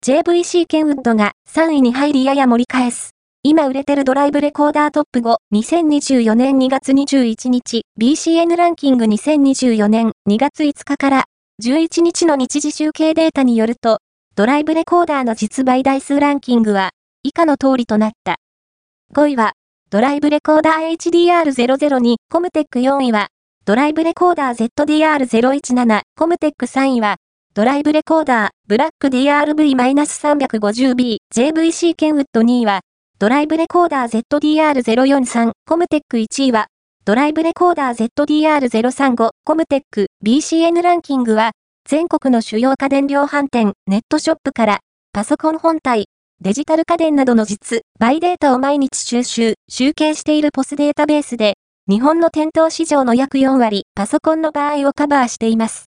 JVC ケンウッドが3位に入りやや盛り返す。今売れてるドライブレコーダートップ5、2024年2月21日、BCN ランキング2024年2月5日から11日の日時集計データによると、ドライブレコーダーの実売台数ランキングは以下の通りとなった。5位は、ドライブレコーダー HDR002、コムテック4位は、ドライブレコーダー ZDR017、コムテック3位は、ドライブレコーダー、ブラック DRV-350B、JVC ケンウッド2位は、ドライブレコーダー ZDR043、コムテック1位は、ドライブレコーダー ZDR035、コムテック、BCN ランキングは、全国の主要家電量販店、ネットショップから、パソコン本体、デジタル家電などの実売データを毎日集計しているポスデータベースで、日本の店頭市場の約4割、パソコンの場合をカバーしています。